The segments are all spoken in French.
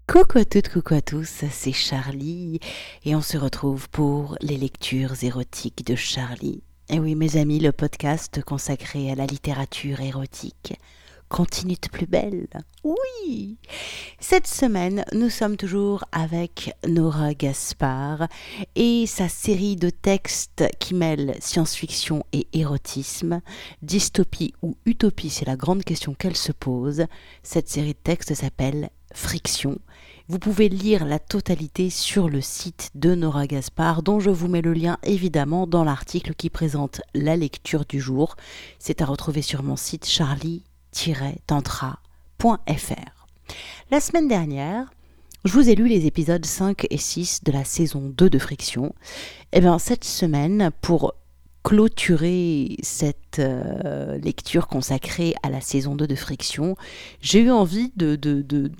Coucou à toutes, coucou à tous, c'est Charlie et on se retrouve pour les lectures érotiques de Charlie. Et oui mes amis, le podcast consacré à la littérature érotique continue de plus belle. Oui! Cette semaine, nous sommes toujours avec Nora Gaspard et sa série de textes qui mêlent science-fiction et érotisme. Dystopie ou utopie, c'est la grande question qu'elle se pose. Cette série de textes s'appelle Friction. Vous pouvez lire la totalité sur le site de Nora Gaspard, dont je vous mets le lien évidemment dans l'article qui présente la lecture du jour. C'est à retrouver sur mon site charlie-tantra.fr. La semaine dernière, je vous ai lu les épisodes 5 et 6 de la saison 2 de Friction. Et bien cette semaine, pour clôturer cette lecture consacrée à la saison 2 de Friction, j'ai eu envie de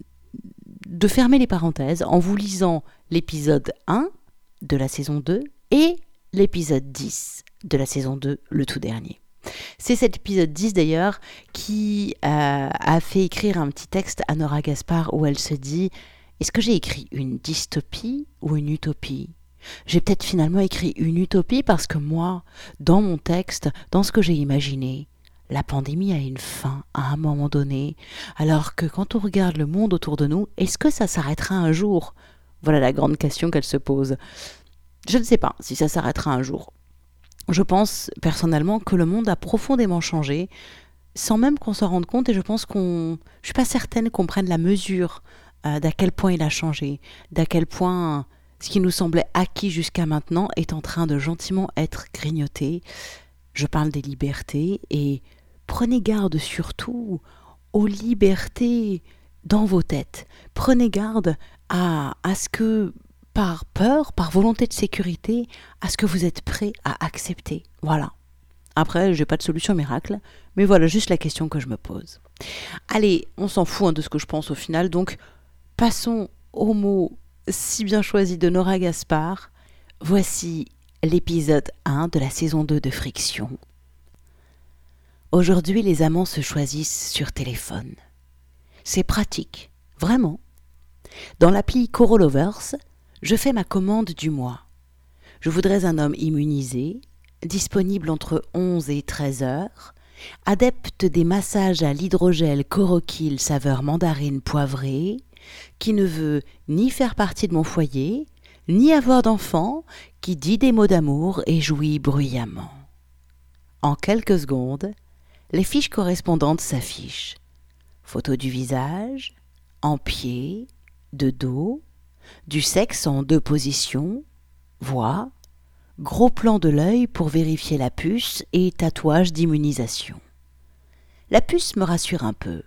fermer les parenthèses en vous lisant l'épisode 1 de la saison 2 et l'épisode 10 de la saison 2, le tout dernier. C'est cet épisode 10 d'ailleurs qui a fait écrire un petit texte à Nora Gaspard où elle se dit « Est-ce que j'ai écrit une dystopie ou une utopie ?» J'ai peut-être finalement écrit une utopie parce que moi, dans mon texte, dans ce que j'ai imaginé, la pandémie a une fin à un moment donné, alors que quand on regarde le monde autour de nous, est-ce que ça s'arrêtera un jour ? Voilà la grande question qu'elle se pose. Je ne sais pas si ça s'arrêtera un jour. Je pense personnellement que le monde a profondément changé, sans même qu'on s'en rende compte, et je suis pas certaine qu'on prenne la mesure d'à quel point il a changé, d'à quel point ce qui nous semblait acquis jusqu'à maintenant est en train de gentiment être grignoté. Je parle des libertés et prenez garde surtout aux libertés dans vos têtes. Prenez garde à ce que, par peur, par volonté de sécurité, à ce que vous êtes prêt à accepter. Voilà. Après, j'ai pas de solution miracle, mais voilà juste la question que je me pose. Allez, on s'en fout de ce que je pense au final, donc passons aux mots si bien choisis de Nora Gaspard. Voici l'épisode 1 de la saison 2 de Friction. Aujourd'hui, les amants se choisissent sur téléphone. C'est pratique, vraiment. Dans l'appli Corolovers, je fais ma commande du mois. Je voudrais un homme immunisé, disponible entre 11 et 13 heures, adepte des massages à l'hydrogel Corokill saveur mandarine poivrée, qui ne veut ni faire partie de mon foyer, ni avoir d'enfant, qui dit des mots d'amour et jouit bruyamment. En quelques secondes, les fiches correspondantes s'affichent. Photo du visage, en pied, de dos, du sexe en 2 positions, voix, gros plan de l'œil pour vérifier la puce et tatouage d'immunisation. La puce me rassure un peu.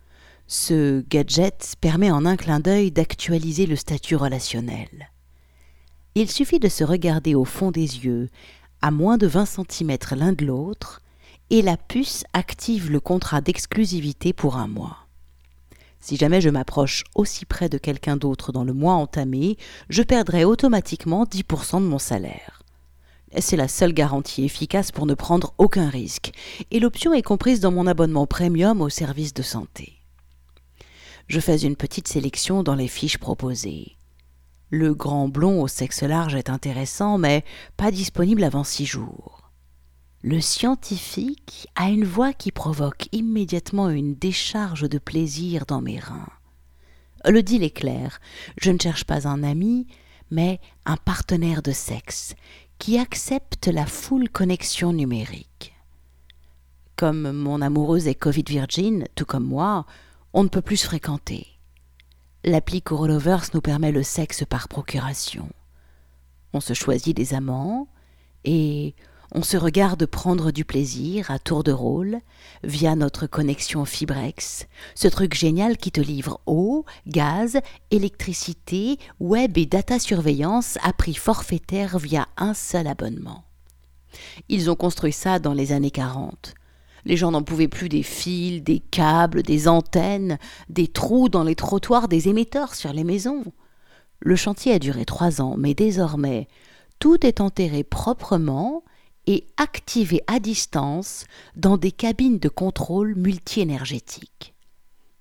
Ce gadget permet en un clin d'œil d'actualiser le statut relationnel. Il suffit de se regarder au fond des yeux, à moins de 20 cm l'un de l'autre, et la puce active le contrat d'exclusivité pour 1 mois. Si jamais je m'approche aussi près de quelqu'un d'autre dans le mois entamé, je perdrai automatiquement 10% de mon salaire. C'est la seule garantie efficace pour ne prendre aucun risque, et l'option est comprise dans mon abonnement premium au service de santé. Je fais une petite sélection dans les fiches proposées. Le grand blond au sexe large est intéressant, mais pas disponible avant 6 jours. Le scientifique a une voix qui provoque immédiatement une décharge de plaisir dans mes reins. Le deal est clair, je ne cherche pas un ami, mais un partenaire de sexe qui accepte la full connexion numérique. Comme mon amoureuse est Covid virgin, tout comme moi, on ne peut plus se fréquenter. L'appli Corolovers nous permet le sexe par procuration. On se choisit des amants et on se regarde prendre du plaisir à tour de rôle via notre connexion Fibrex, ce truc génial qui te livre eau, gaz, électricité, web et data surveillance à prix forfaitaire via un seul abonnement. Ils ont construit ça dans les années 40. Les gens n'en pouvaient plus des fils, des câbles, des antennes, des trous dans les trottoirs, des émetteurs sur les maisons. Le chantier a duré 3 ans, mais désormais, tout est enterré proprement et activé à distance dans des cabines de contrôle multi-énergétiques.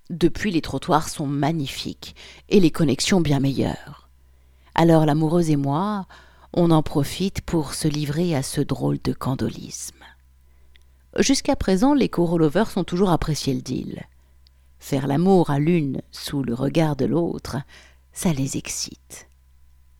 Depuis, les trottoirs sont magnifiques et les connexions bien meilleures. Alors l'amoureuse et moi, on en profite pour se livrer à ce drôle de candolisme. Jusqu'à présent, les Corolovers ont toujours apprécié le deal. Faire l'amour à l'une sous le regard de l'autre, ça les excite. Malsain ?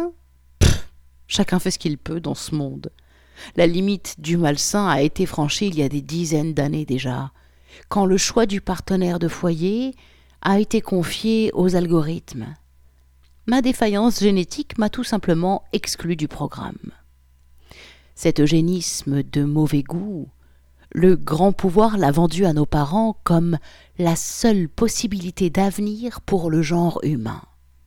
Chacun fait ce qu'il peut dans ce monde. La limite du malsain a été franchie il y a des dizaines d'années déjà, quand le choix du partenaire de foyer a été confié aux algorithmes. Ma défaillance génétique m'a tout simplement exclu du programme. Cet eugénisme de mauvais goût, le grand pouvoir l'a vendu à nos parents comme la seule possibilité d'avenir pour le genre humain.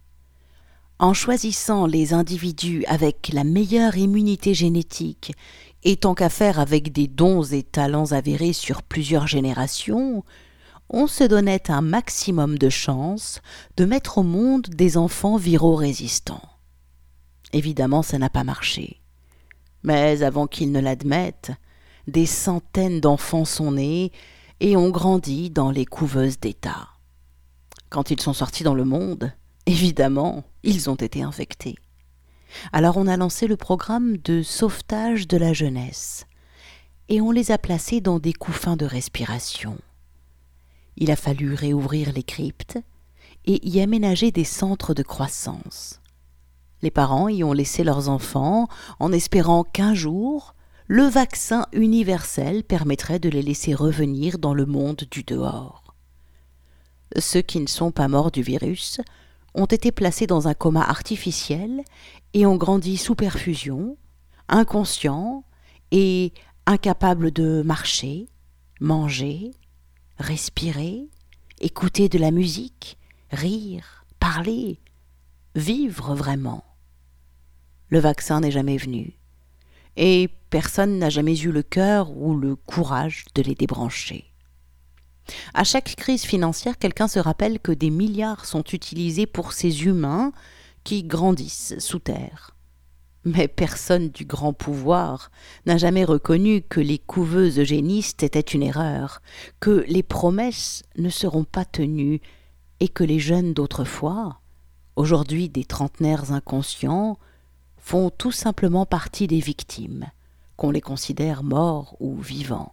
En choisissant les individus avec la meilleure immunité génétique, et tant qu'à faire avec des dons et talents avérés sur plusieurs générations, on se donnait un maximum de chances de mettre au monde des enfants virorésistants. Évidemment, ça n'a pas marché. Mais avant qu'ils ne l'admettent, des centaines d'enfants sont nés et ont grandi dans les couveuses d'État. Quand ils sont sortis dans le monde, évidemment, ils ont été infectés. Alors on a lancé le programme de sauvetage de la jeunesse et on les a placés dans des couffins de respiration. Il a fallu réouvrir les cryptes et y aménager des centres de croissance. Les parents y ont laissé leurs enfants en espérant qu'un jour, le vaccin universel permettrait de les laisser revenir dans le monde du dehors. Ceux qui ne sont pas morts du virus ont été placés dans un coma artificiel et ont grandi sous perfusion, inconscients et incapables de marcher, manger, respirer, écouter de la musique, rire, parler, vivre vraiment. Le vaccin n'est jamais venu, et personne n'a jamais eu le cœur ou le courage de les débrancher. À chaque crise financière, quelqu'un se rappelle que des milliards sont utilisés pour ces humains qui grandissent sous terre. Mais personne du grand pouvoir n'a jamais reconnu que les couveuses eugénistes étaient une erreur, que les promesses ne seront pas tenues et que les jeunes d'autrefois, aujourd'hui des trentenaires inconscients, font tout simplement partie des victimes, qu'on les considère morts ou vivants.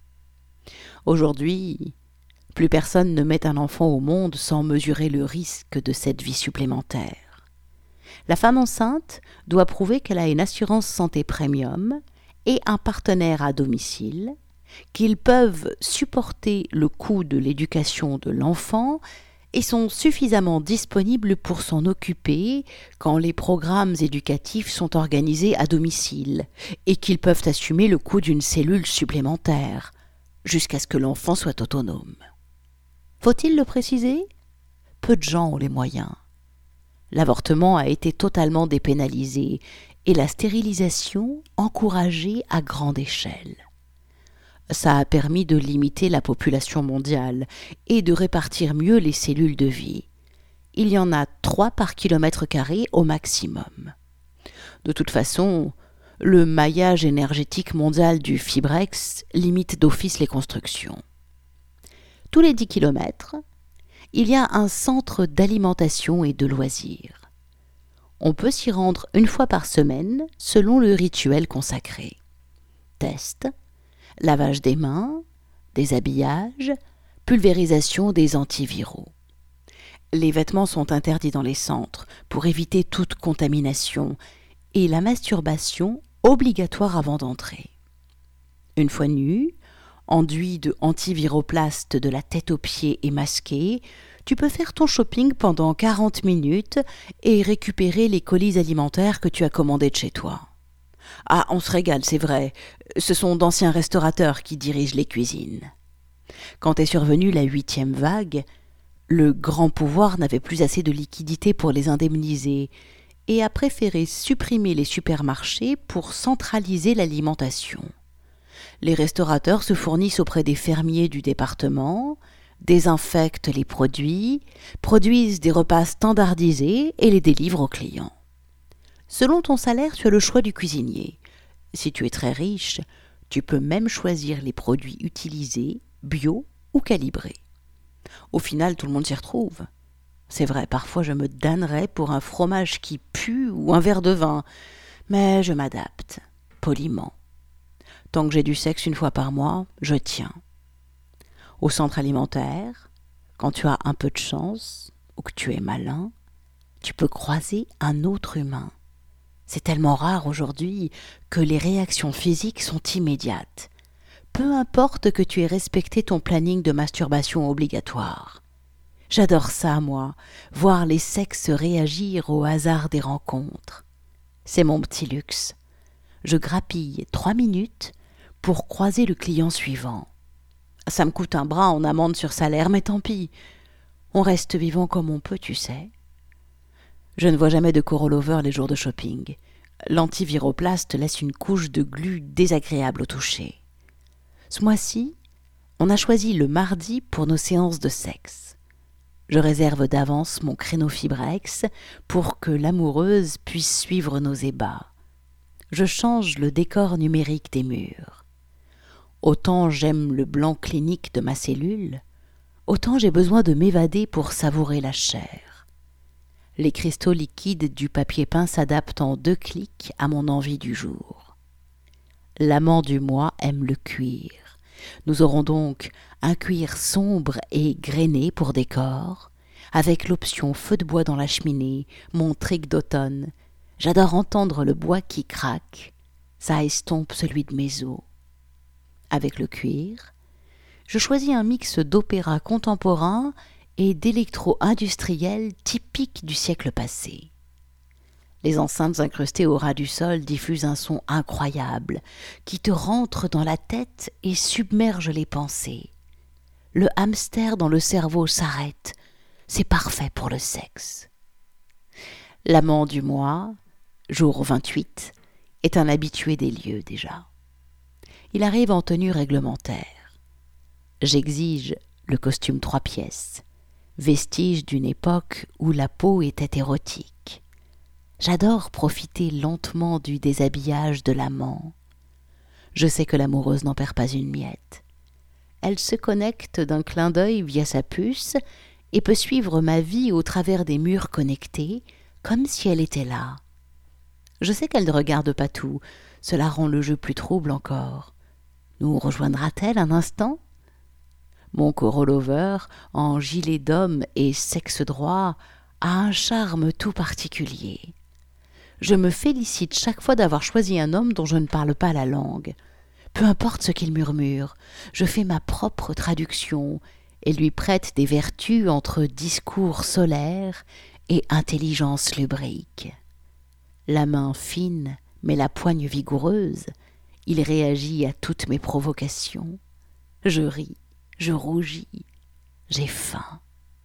Aujourd'hui, plus personne ne met un enfant au monde sans mesurer le risque de cette vie supplémentaire. La femme enceinte doit prouver qu'elle a une assurance santé premium et un partenaire à domicile, qu'ils peuvent supporter le coût de l'éducation de l'enfant et sont suffisamment disponibles pour s'en occuper quand les programmes éducatifs sont organisés à domicile et qu'ils peuvent assumer le coût d'une cellule supplémentaire jusqu'à ce que l'enfant soit autonome. Faut-il le préciser ? Peu de gens ont les moyens. L'avortement a été totalement dépénalisé et la stérilisation encouragée à grande échelle. Ça a permis de limiter la population mondiale et de répartir mieux les cellules de vie. Il y en a 3 par kilomètre carré au maximum. De toute façon, le maillage énergétique mondial du Fibrex limite d'office les constructions. Tous les 10 kilomètres, il y a un centre d'alimentation et de loisirs. On peut s'y rendre 1 fois par semaine selon le rituel consacré. Test, lavage des mains, déshabillage, pulvérisation des antiviraux. Les vêtements sont interdits dans les centres pour éviter toute contamination et la masturbation obligatoire avant d'entrer. Une fois nu, enduit de antiviroplaste de la tête aux pieds et masqué, tu peux faire ton shopping pendant 40 minutes et récupérer les colis alimentaires que tu as commandés de chez toi. Ah, on se régale, c'est vrai. Ce sont d'anciens restaurateurs qui dirigent les cuisines. Quand est survenue la 8e vague, le grand pouvoir n'avait plus assez de liquidités pour les indemniser et a préféré supprimer les supermarchés pour centraliser l'alimentation. Les restaurateurs se fournissent auprès des fermiers du département, désinfectent les produits, produisent des repas standardisés et les délivrent aux clients. Selon ton salaire, tu as le choix du cuisinier. Si tu es très riche, tu peux même choisir les produits utilisés, bio ou calibrés. Au final, tout le monde s'y retrouve. C'est vrai, parfois je me damnerais pour un fromage qui pue ou un verre de vin, mais je m'adapte, poliment. Tant que j'ai du sexe une fois par mois, je tiens. Au centre alimentaire, quand tu as un peu de chance ou que tu es malin, tu peux croiser un autre humain. C'est tellement rare aujourd'hui que les réactions physiques sont immédiates. Peu importe que tu aies respecté ton planning de masturbation obligatoire. J'adore ça, moi, voir les sexes réagir au hasard des rencontres. C'est mon petit luxe. Je grappille 3 minutes pour croiser le client suivant. Ça me coûte un bras en amende sur salaire, mais tant pis. On reste vivant comme on peut, tu sais. Je ne vois jamais de corollover les jours de shopping. L'antiviroplaste laisse une couche de glu désagréable au toucher. Ce mois-ci, on a choisi le mardi pour nos séances de sexe. Je réserve d'avance mon créneau Fibrex pour que l'amoureuse puisse suivre nos ébats. Je change le décor numérique des murs. Autant j'aime le blanc clinique de ma cellule, autant j'ai besoin de m'évader pour savourer la chair. Les cristaux liquides du papier peint s'adaptent en 2 clics à mon envie du jour. L'amant du mois aime le cuir. Nous aurons donc un cuir sombre et grainé pour décor, avec l'option feu de bois dans la cheminée, mon trick d'automne. J'adore entendre le bois qui craque, ça estompe celui de mes os. Avec le cuir, je choisis un mix d'opéra contemporain et d'électro-industriel typique du siècle passé. Les enceintes incrustées au ras du sol diffusent un son incroyable qui te rentre dans la tête et submerge les pensées. Le hamster dans le cerveau s'arrête. C'est parfait pour le sexe. L'amant du mois, jour 28, est un habitué des lieux déjà. Il arrive en tenue réglementaire. J'exige le costume 3 pièces, vestige d'une époque où la peau était érotique. J'adore profiter lentement du déshabillage de l'amant. Je sais que l'amoureuse n'en perd pas une miette. Elle se connecte d'un clin d'œil via sa puce et peut suivre ma vie au travers des murs connectés, comme si elle était là. Je sais qu'elle ne regarde pas tout, cela rend le jeu plus trouble encore. Nous rejoindra-t-elle un instant ? Mon corollover, en gilet d'homme et sexe droit, a un charme tout particulier. Je me félicite chaque fois d'avoir choisi un homme dont je ne parle pas la langue. Peu importe ce qu'il murmure, je fais ma propre traduction et lui prête des vertus entre discours solaires et intelligence lubrique. La main fine, mais la poigne vigoureuse, il réagit à toutes mes provocations. Je ris, je rougis, j'ai faim.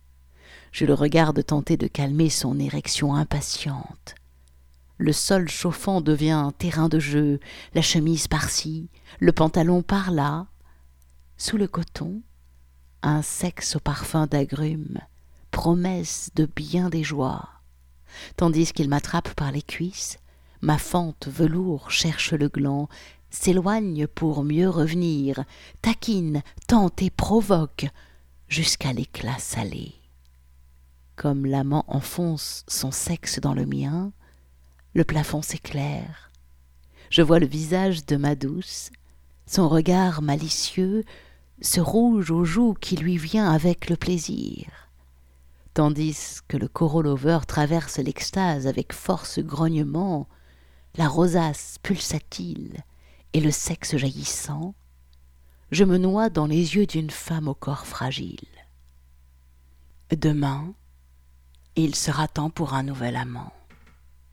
Je le regarde tenter de calmer son érection impatiente. Le sol chauffant devient un terrain de jeu, la chemise par-ci, le pantalon par-là. Sous le coton, un sexe au parfum d'agrumes, promesse de bien des joies. Tandis qu'il m'attrape par les cuisses, ma fente velours cherche le gland, s'éloigne pour mieux revenir, taquine, tente et provoque, jusqu'à l'éclat salé. Comme l'amant enfonce son sexe dans le mien, le plafond s'éclaire. Je vois le visage de ma douce, son regard malicieux, ce rouge aux joues qui lui vient avec le plaisir. Tandis que le corollover traverse l'extase avec force grognement, la rosace pulsatile et le sexe jaillissant, je me noie dans les yeux d'une femme au corps fragile. Demain, il sera temps pour un nouvel amant. Toi ?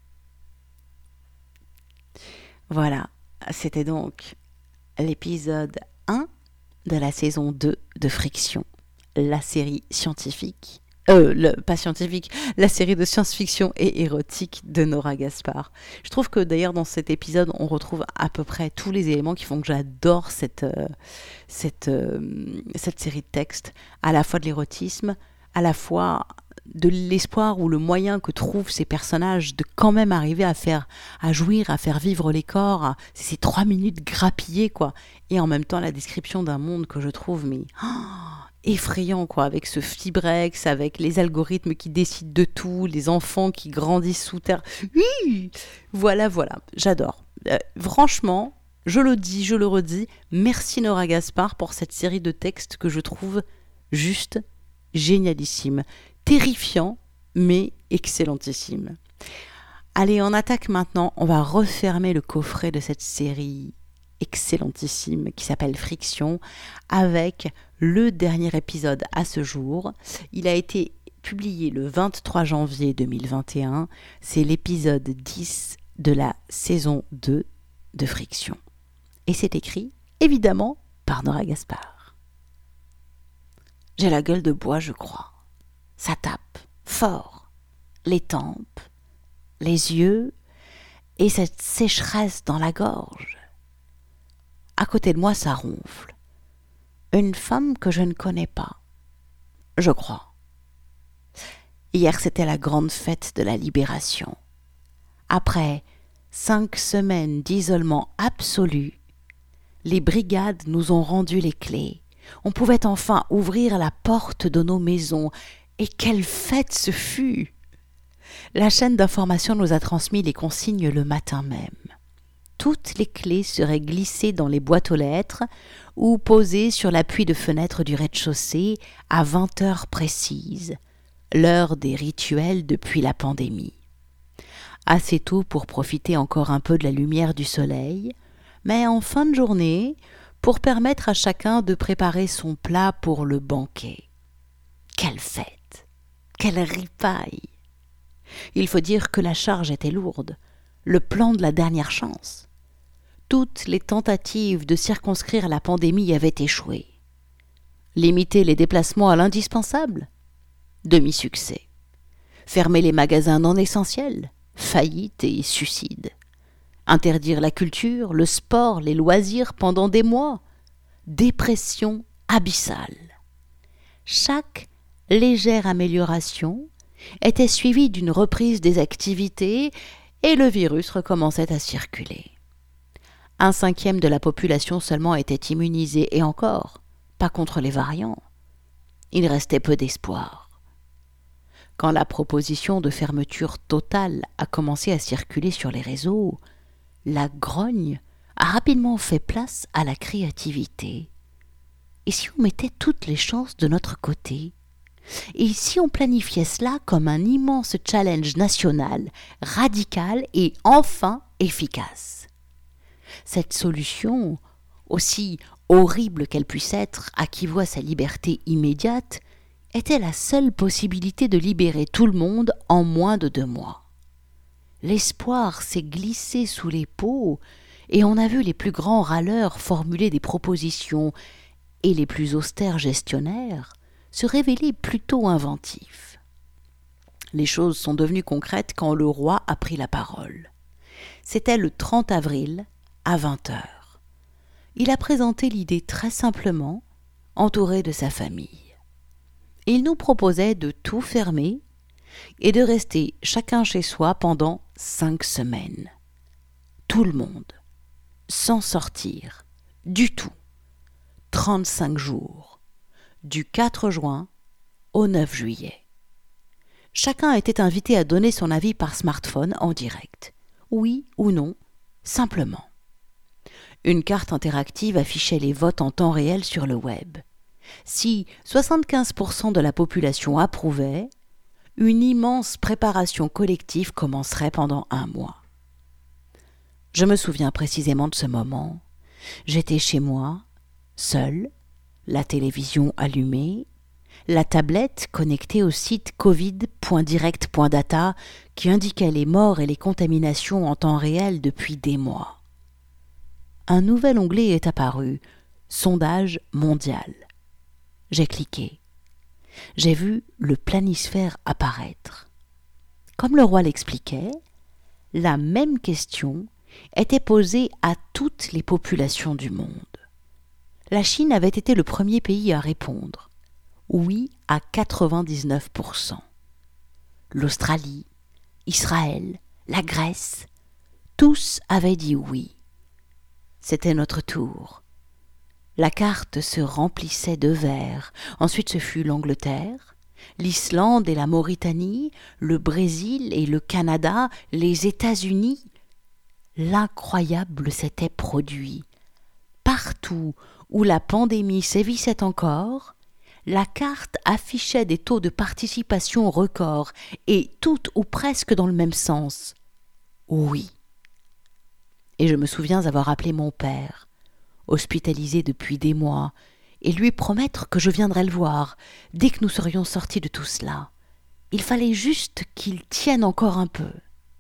Voilà, c'était donc l'épisode 1 de la saison 2 de Friction, la série scientifique, pas scientifique, la série de science-fiction et érotique de Nora Gaspar. Je trouve que d'ailleurs dans cet épisode, on retrouve à peu près tous les éléments qui font que j'adore cette série de textes, à la fois de l'érotisme, à la fois de l'espoir ou le moyen que trouvent ces personnages de quand même arriver à jouir, à faire vivre les corps, ces 3 minutes grappillées, quoi. Et en même temps, la description d'un monde que je trouve effrayant, quoi, avec ce Fibrex, avec les algorithmes qui décident de tout, les enfants qui grandissent sous terre. Oui, voilà, j'adore. Franchement, je le dis, je le redis, merci Nora Gaspard pour cette série de textes que je trouve juste génialissime, terrifiant, mais excellentissime. Allez, on attaque maintenant, on va refermer le coffret de cette série excellentissime qui s'appelle Friction avec le dernier épisode à ce jour. Il a été publié le 23 janvier 2021, c'est l'épisode 10 de la saison 2 de Friction. Et c'est écrit, évidemment, par Nora Gaspard. J'ai la gueule de bois, je crois. Ça tape, fort, les tempes, les yeux et cette sécheresse dans la gorge. À côté de moi, ça ronfle. Une femme que je ne connais pas, je crois. Hier, c'était la grande fête de la libération. Après 5 semaines d'isolement absolu, les brigades nous ont rendu les clés. On pouvait enfin ouvrir la porte de nos maisons. Et quelle fête ce fut! La chaîne d'information nous a transmis les consignes le matin même. Toutes les clés seraient glissées dans les boîtes aux lettres ou posées sur l'appui de fenêtre du rez-de-chaussée à 20 heures précises, l'heure des rituels depuis la pandémie. Assez tôt pour profiter encore un peu de la lumière du soleil, mais en fin de journée, pour permettre à chacun de préparer son plat pour le banquet. Quelle fête! Quelle ripaille! Il faut dire que la charge était lourde, le plan de la dernière chance. Toutes les tentatives de circonscrire la pandémie avaient échoué. Limiter les déplacements à l'indispensable? Demi-succès. Fermer les magasins non essentiels? Faillite et suicide. Interdire la culture, le sport, les loisirs pendant des mois? Dépression abyssale. Chaque légère amélioration était suivie d'une reprise des activités et le virus recommençait à circuler. 1/5 de la population seulement était immunisée et encore, pas contre les variants. Il restait peu d'espoir. Quand la proposition de fermeture totale a commencé à circuler sur les réseaux, la grogne a rapidement fait place à la créativité. Et si on mettait toutes les chances de notre côté? Et si on planifiait cela comme un immense challenge national, radical et enfin efficace? Cette solution, aussi horrible qu'elle puisse être à qui voit sa liberté immédiate, était la seule possibilité de libérer tout le monde en moins de 2 mois. L'espoir s'est glissé sous les peaux et on a vu les plus grands râleurs formuler des propositions et les plus austères gestionnaires se révéler plutôt inventifs. Les choses sont devenues concrètes quand le roi a pris la parole. C'était le 30 avril à 20 heures. Il a présenté l'idée très simplement, entouré de sa famille. Il nous proposait de tout fermer et de rester chacun chez soi pendant 5 semaines. Tout le monde, sans sortir, du tout. 35 jours, du 4 juin au 9 juillet. Chacun était invité à donner son avis par smartphone en direct. Oui ou non, simplement. Une carte interactive affichait les votes en temps réel sur le web. Si 75% de la population approuvait, une immense préparation collective commencerait pendant 1 mois. Je me souviens précisément de ce moment. J'étais chez moi, seule, la télévision allumée, la tablette connectée au site covid.direct.data qui indiquait les morts et les contaminations en temps réel depuis des mois. Un nouvel onglet est apparu, sondage mondial. J'ai cliqué. J'ai vu le planisphère apparaître. Comme le roi l'expliquait, la même question était posée à toutes les populations du monde. La Chine avait été le premier pays à répondre. Oui à 99%. L'Australie, Israël, la Grèce, tous avaient dit oui. C'était notre tour. La carte se remplissait de vert. Ensuite ce fut l'Angleterre, l'Islande et la Mauritanie, le Brésil et le Canada, les États-Unis. L'incroyable s'était produit. Partout où la pandémie sévissait encore, la carte affichait des taux de participation records, et toutes ou presque dans le même sens. Oui. Et je me souviens avoir appelé mon père, hospitalisé depuis des mois, et lui promettre que je viendrais le voir dès que nous serions sortis de tout cela. Il fallait juste qu'il tienne encore un peu.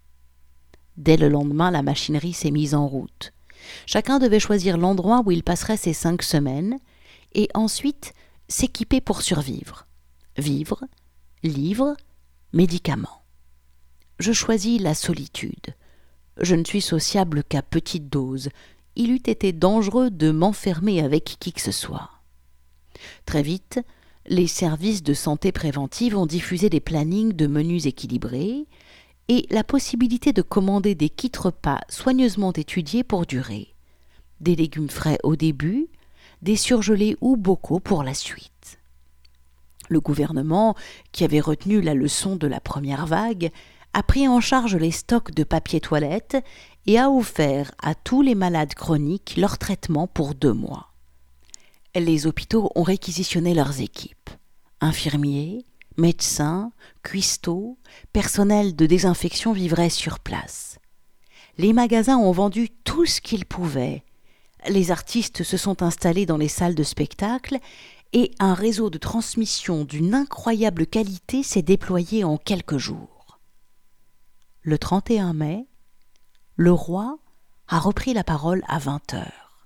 Dès le lendemain, la machinerie s'est mise en route. Chacun devait choisir l'endroit où il passerait ses 5 semaines, et ensuite s'équiper pour survivre. Vivres, livres, médicaments. Je choisis la solitude. Je ne suis sociable qu'à petite dose. Il eût été dangereux de m'enfermer avec qui que ce soit. Très vite, les services de santé préventive ont diffusé des plannings de menus équilibrés et la possibilité de commander des kits repas soigneusement étudiés pour durer. Des légumes frais au début, des surgelés ou bocaux pour la suite. Le gouvernement, qui avait retenu la leçon de la première vague, a pris en charge les stocks de papier toilette et a offert à tous les malades chroniques leur traitement pour 2 mois. Les hôpitaux ont réquisitionné leurs équipes. Infirmiers, médecins, cuistots, personnel de désinfection vivraient sur place. Les magasins ont vendu tout ce qu'ils pouvaient. Les artistes se sont installés dans les salles de spectacle et un réseau de transmission d'une incroyable qualité s'est déployé en quelques jours. Le 31 mai, le roi a repris la parole à 20h.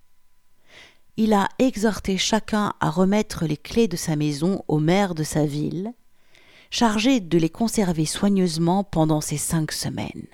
Il a exhorté chacun à remettre les clés de sa maison au maire de sa ville, chargé de les conserver soigneusement pendant ces 5 semaines.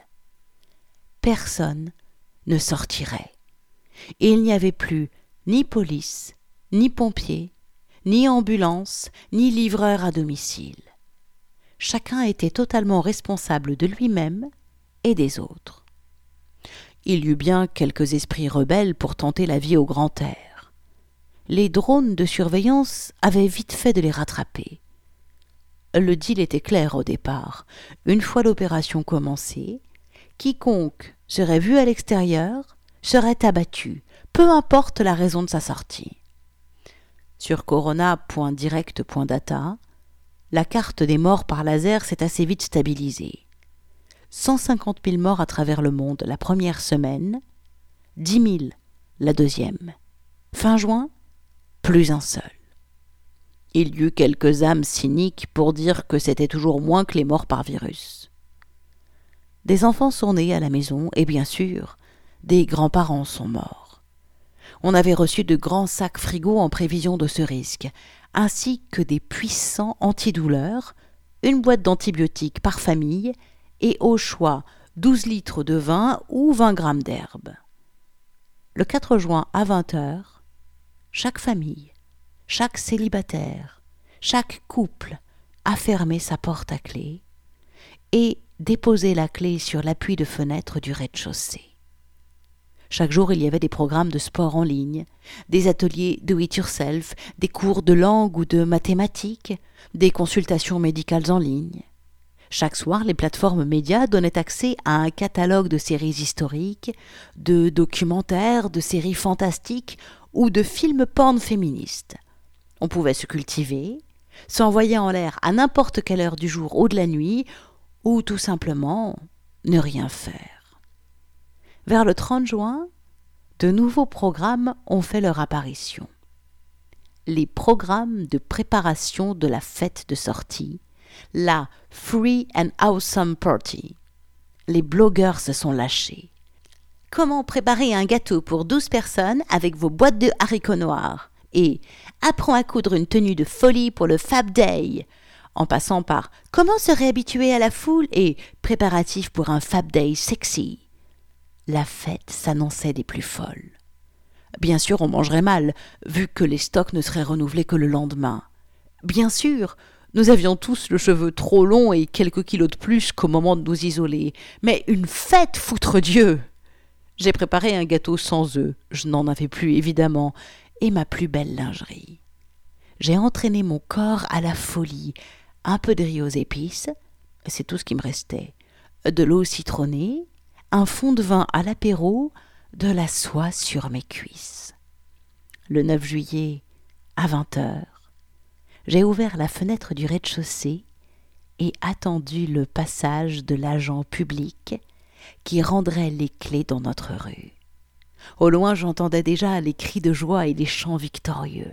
Personne ne sortirait. Et il n'y avait plus ni police, ni pompiers, ni ambulance, ni livreur à domicile. Chacun était totalement responsable de lui-même et des autres. Il y eut bien quelques esprits rebelles pour tenter la vie au grand air. Les drones de surveillance avaient vite fait de les rattraper. Le deal était clair au départ. Une fois l'opération commencée, quiconque serait vu à l'extérieur serait abattu, peu importe la raison de sa sortie. Sur corona.direct.data, la carte des morts par laser s'est assez vite stabilisée. 150 000 morts à travers le monde la première semaine, 10 000 la deuxième. Fin juin, plus un seul. Il y eut quelques âmes cyniques pour dire que c'était toujours moins que les morts par virus. Des enfants sont nés à la maison et bien sûr, des grands-parents sont morts. On avait reçu de grands sacs frigo en prévision de ce risque, ainsi que des puissants antidouleurs, une boîte d'antibiotiques par famille et au choix 12 litres de vin ou 20 grammes d'herbe. Le 4 juin à 20h, chaque famille, chaque célibataire, chaque couple a fermé sa porte à clé et déposé la clé sur l'appui de fenêtre du rez-de-chaussée. Chaque jour, il y avait des programmes de sport en ligne, des ateliers do-it-yourself, des cours de langue ou de mathématiques, des consultations médicales en ligne. Chaque soir, les plateformes médias donnaient accès à un catalogue de séries historiques, de documentaires, de séries fantastiques ou de films porn féministes. On pouvait se cultiver, s'envoyer en l'air à n'importe quelle heure du jour ou de la nuit, ou tout simplement ne rien faire. Vers le 30 juin, de nouveaux programmes ont fait leur apparition. Les programmes de préparation de la fête de sortie, la Free and Awesome Party. Les blogueurs se sont lâchés. Comment préparer un gâteau pour 12 personnes avec vos boîtes de haricots noirs et apprends à coudre une tenue de folie pour le Fab Day, en passant par comment se réhabituer à la foule et préparatifs pour un Fab Day sexy. La fête s'annonçait des plus folles. Bien sûr, on mangerait mal, vu que les stocks ne seraient renouvelés que le lendemain. Bien sûr, nous avions tous le cheveu trop long et quelques kilos de plus qu'au moment de nous isoler. Mais une fête, foutre Dieu! J'ai préparé un gâteau sans œufs, je n'en avais plus évidemment, et ma plus belle lingerie. J'ai entraîné mon corps à la folie. Un peu de riz aux épices, c'est tout ce qui me restait, de l'eau citronnée, un fond de vin à l'apéro, de la soie sur mes cuisses. Le 9 juillet, à 20h, j'ai ouvert la fenêtre du rez-de-chaussée et attendu le passage de l'agent public qui rendrait les clés dans notre rue. Au loin, j'entendais déjà les cris de joie et les chants victorieux.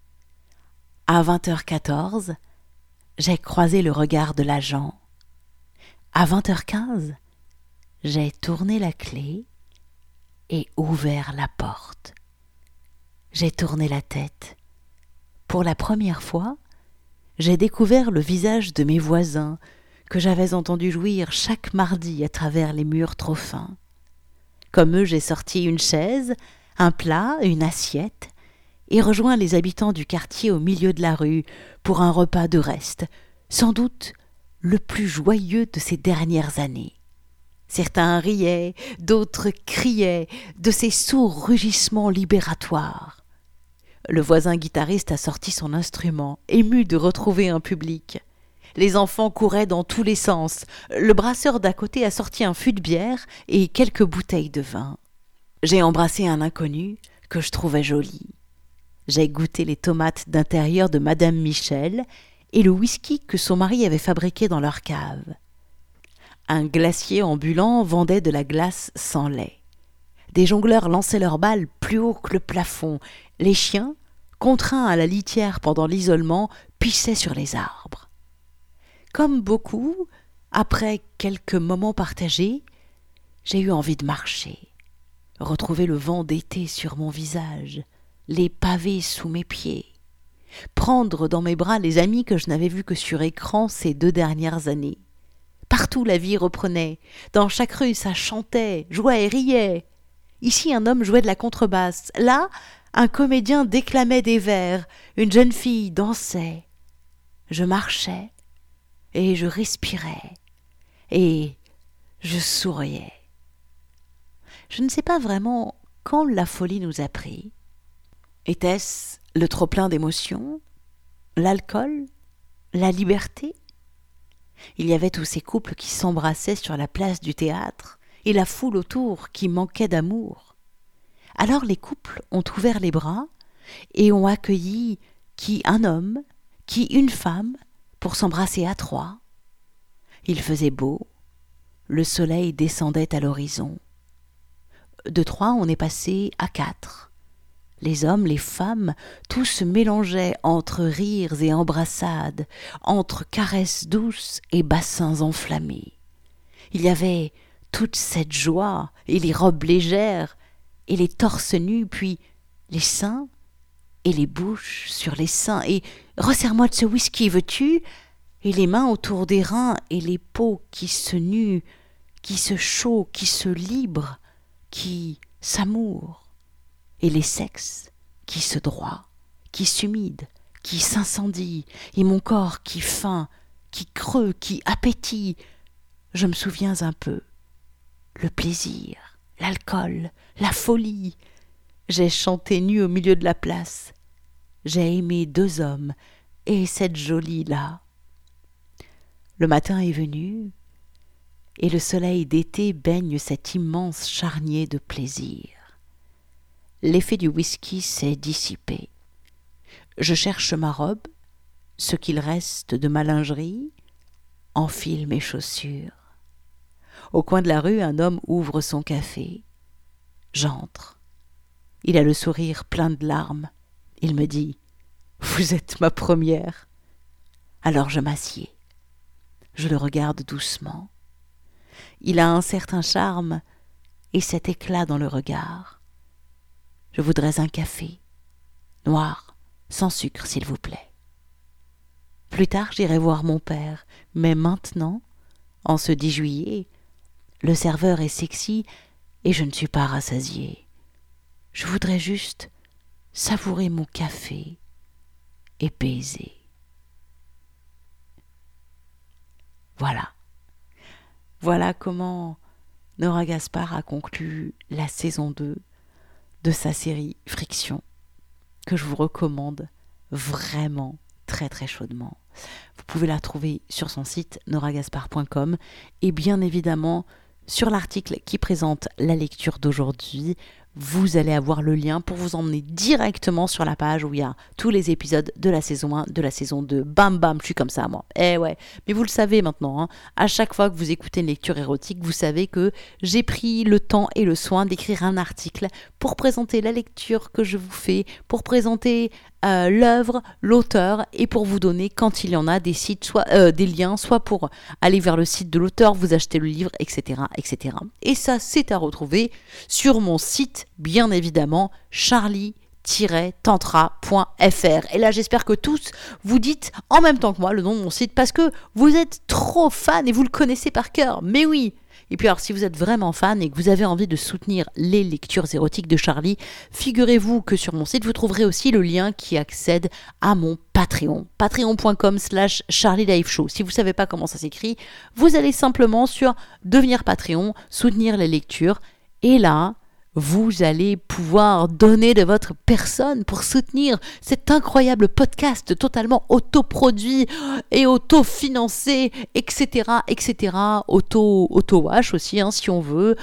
À 20h14, j'ai croisé le regard de l'agent. À 20h15, j'ai tourné la clé et ouvert la porte. J'ai tourné la tête. Pour la première fois, j'ai découvert le visage de mes voisins que j'avais entendu jouir chaque mardi à travers les murs trop fins. Comme eux, j'ai sorti une chaise, un plat, une assiette, et rejoint les habitants du quartier au milieu de la rue pour un repas de reste, sans doute le plus joyeux de ces dernières années. Certains riaient, d'autres criaient de ces sourds rugissements libératoires. Le voisin guitariste a sorti son instrument, ému de retrouver un public. Les enfants couraient dans tous les sens. Le brasseur d'à côté a sorti un fût de bière et quelques bouteilles de vin. J'ai embrassé un inconnu que je trouvais joli. J'ai goûté les tomates d'intérieur de Madame Michel et le whisky que son mari avait fabriqué dans leur cave. Un glacier ambulant vendait de la glace sans lait. Des jongleurs lançaient leurs balles plus haut que le plafond. Les chiens, contraints à la litière pendant l'isolement, pissaient sur les arbres. Comme beaucoup, après quelques moments partagés, j'ai eu envie de marcher, retrouver le vent d'été sur mon visage, les pavés sous mes pieds, prendre dans mes bras les amis que je n'avais vus que sur écran ces 2 dernières années. Partout la vie reprenait, dans chaque rue ça chantait, jouait et riait. Ici un homme jouait de la contrebasse, là un comédien déclamait des vers, une jeune fille dansait. Je marchais, et je respirais, et je souriais. Je ne sais pas vraiment quand la folie nous a pris. Était-ce le trop-plein d'émotions, l'alcool, la liberté? Il y avait tous ces couples qui s'embrassaient sur la place du théâtre, et la foule autour qui manquait d'amour. Alors les couples ont ouvert les bras et ont accueilli qui un homme, qui une femme, pour s'embrasser à 3. Il faisait beau, le soleil descendait à l'horizon. De 3, on est passé à 4. Les hommes, les femmes, tous se mélangeaient entre rires et embrassades, entre caresses douces et bassins enflammés. Il y avait toute cette joie, et les robes légères, et les torses nus, puis les seins, et les bouches sur les seins, et « resserre-moi de ce whisky, veux-tu ?» et les mains autour des reins, et les peaux qui se nuent, qui se chauent, qui se librent, qui s'amourent, et les sexes qui se droient, qui s'humident, qui s'incendient, et mon corps qui faim, qui creux, qui appétit. Je me souviens un peu. Le plaisir, l'alcool, la folie. J'ai chanté nu au milieu de la place. J'ai aimé 2 hommes et cette jolie-là. Le matin est venu, et le soleil d'été baigne cet immense charnier de plaisir. L'effet du whisky s'est dissipé. Je cherche ma robe, ce qu'il reste de ma lingerie, enfile mes chaussures. Au coin de la rue, un homme ouvre son café. J'entre. Il a le sourire plein de larmes. Il me dit « Vous êtes ma première ». Alors je m'assieds. Je le regarde doucement. Il a un certain charme et cet éclat dans le regard. Je voudrais un café, noir, sans sucre s'il vous plaît. Plus tard j'irai voir mon père, mais maintenant, en ce 10 juillet, le serveur est sexy et je ne suis pas rassasiée. Je voudrais juste savourer mon café et baiser. Voilà. Voilà comment Nora Gaspard a conclu la saison 2 de sa série Friction. que je vous recommande vraiment très très chaudement. Vous pouvez la trouver sur son site noragaspar.com et bien évidemment sur l'article qui présente la lecture d'aujourd'hui. Vous allez avoir le lien pour vous emmener directement sur la page où il y a tous les épisodes de la saison 1, de la saison 2. Bam bam, je suis comme ça moi. Eh ouais, mais vous le savez maintenant, hein, à chaque fois que vous écoutez une lecture érotique, vous savez que j'ai pris le temps et le soin d'écrire un article pour présenter la lecture que je vous fais, pour présenter l'œuvre, l'auteur et pour vous donner, quand il y en a, des sites, soit des liens, soit pour aller vers le site de l'auteur, vous achetez le livre, etc., etc. Et ça, c'est à retrouver sur mon site, bien évidemment, charlie-tantra.fr. Et là, j'espère que tous vous dites en même temps que moi le nom de mon site parce que vous êtes trop fan et vous le connaissez par cœur. Mais oui! Et puis alors, si vous êtes vraiment fan et que vous avez envie de soutenir les lectures érotiques de Charlie, figurez-vous que sur mon site, vous trouverez aussi le lien qui accède à mon Patreon. Patreon.com/CharlieLifeShow. Si vous ne savez pas comment ça s'écrit, vous allez simplement sur devenir Patreon, soutenir les lectures. Et là, vous allez pouvoir donner de votre personne pour soutenir cet incroyable podcast totalement autoproduit et autofinancé, etc., etc. Auto-wash aussi, hein, si on veut,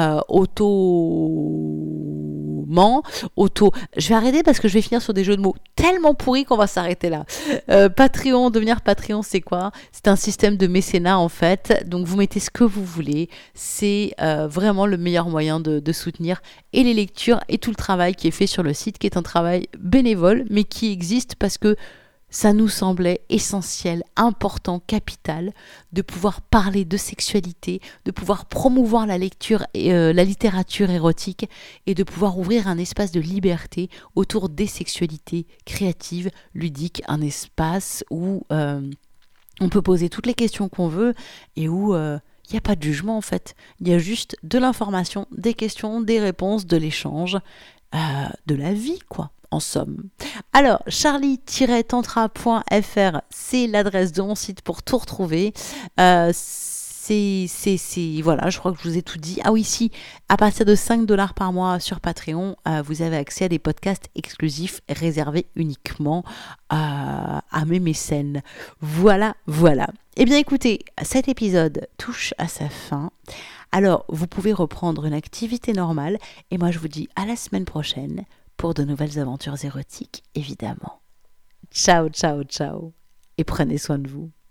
Je vais arrêter parce que je vais finir sur des jeux de mots tellement pourris qu'on va s'arrêter là. Patreon, devenir Patreon, c'est quoi ? C'est un système de mécénat en fait. Donc vous mettez ce que vous voulez. C'est vraiment le meilleur moyen de soutenir et les lectures et tout le travail qui est fait sur le site, qui est un travail bénévole, mais qui existe parce que ça nous semblait essentiel, important, capital, de pouvoir parler de sexualité, de pouvoir promouvoir la lecture et la littérature érotique et de pouvoir ouvrir un espace de liberté autour des sexualités créatives, ludiques, un espace où on peut poser toutes les questions qu'on veut et où il n'y a pas de jugement en fait. Il y a juste de l'information, des questions, des réponses, de l'échange, de la vie quoi, en somme. Alors, charlie-tantra.fr, c'est l'adresse de mon site pour tout retrouver. Voilà, je crois que je vous ai tout dit. Ah oui, si, à partir de 5$ par mois sur Patreon, vous avez accès à des podcasts exclusifs réservés uniquement à mes mécènes. Voilà. Eh bien écoutez, cet épisode touche à sa fin. Alors, vous pouvez reprendre une activité normale et moi je vous dis à la semaine prochaine pour de nouvelles aventures érotiques, évidemment. Ciao et prenez soin de vous.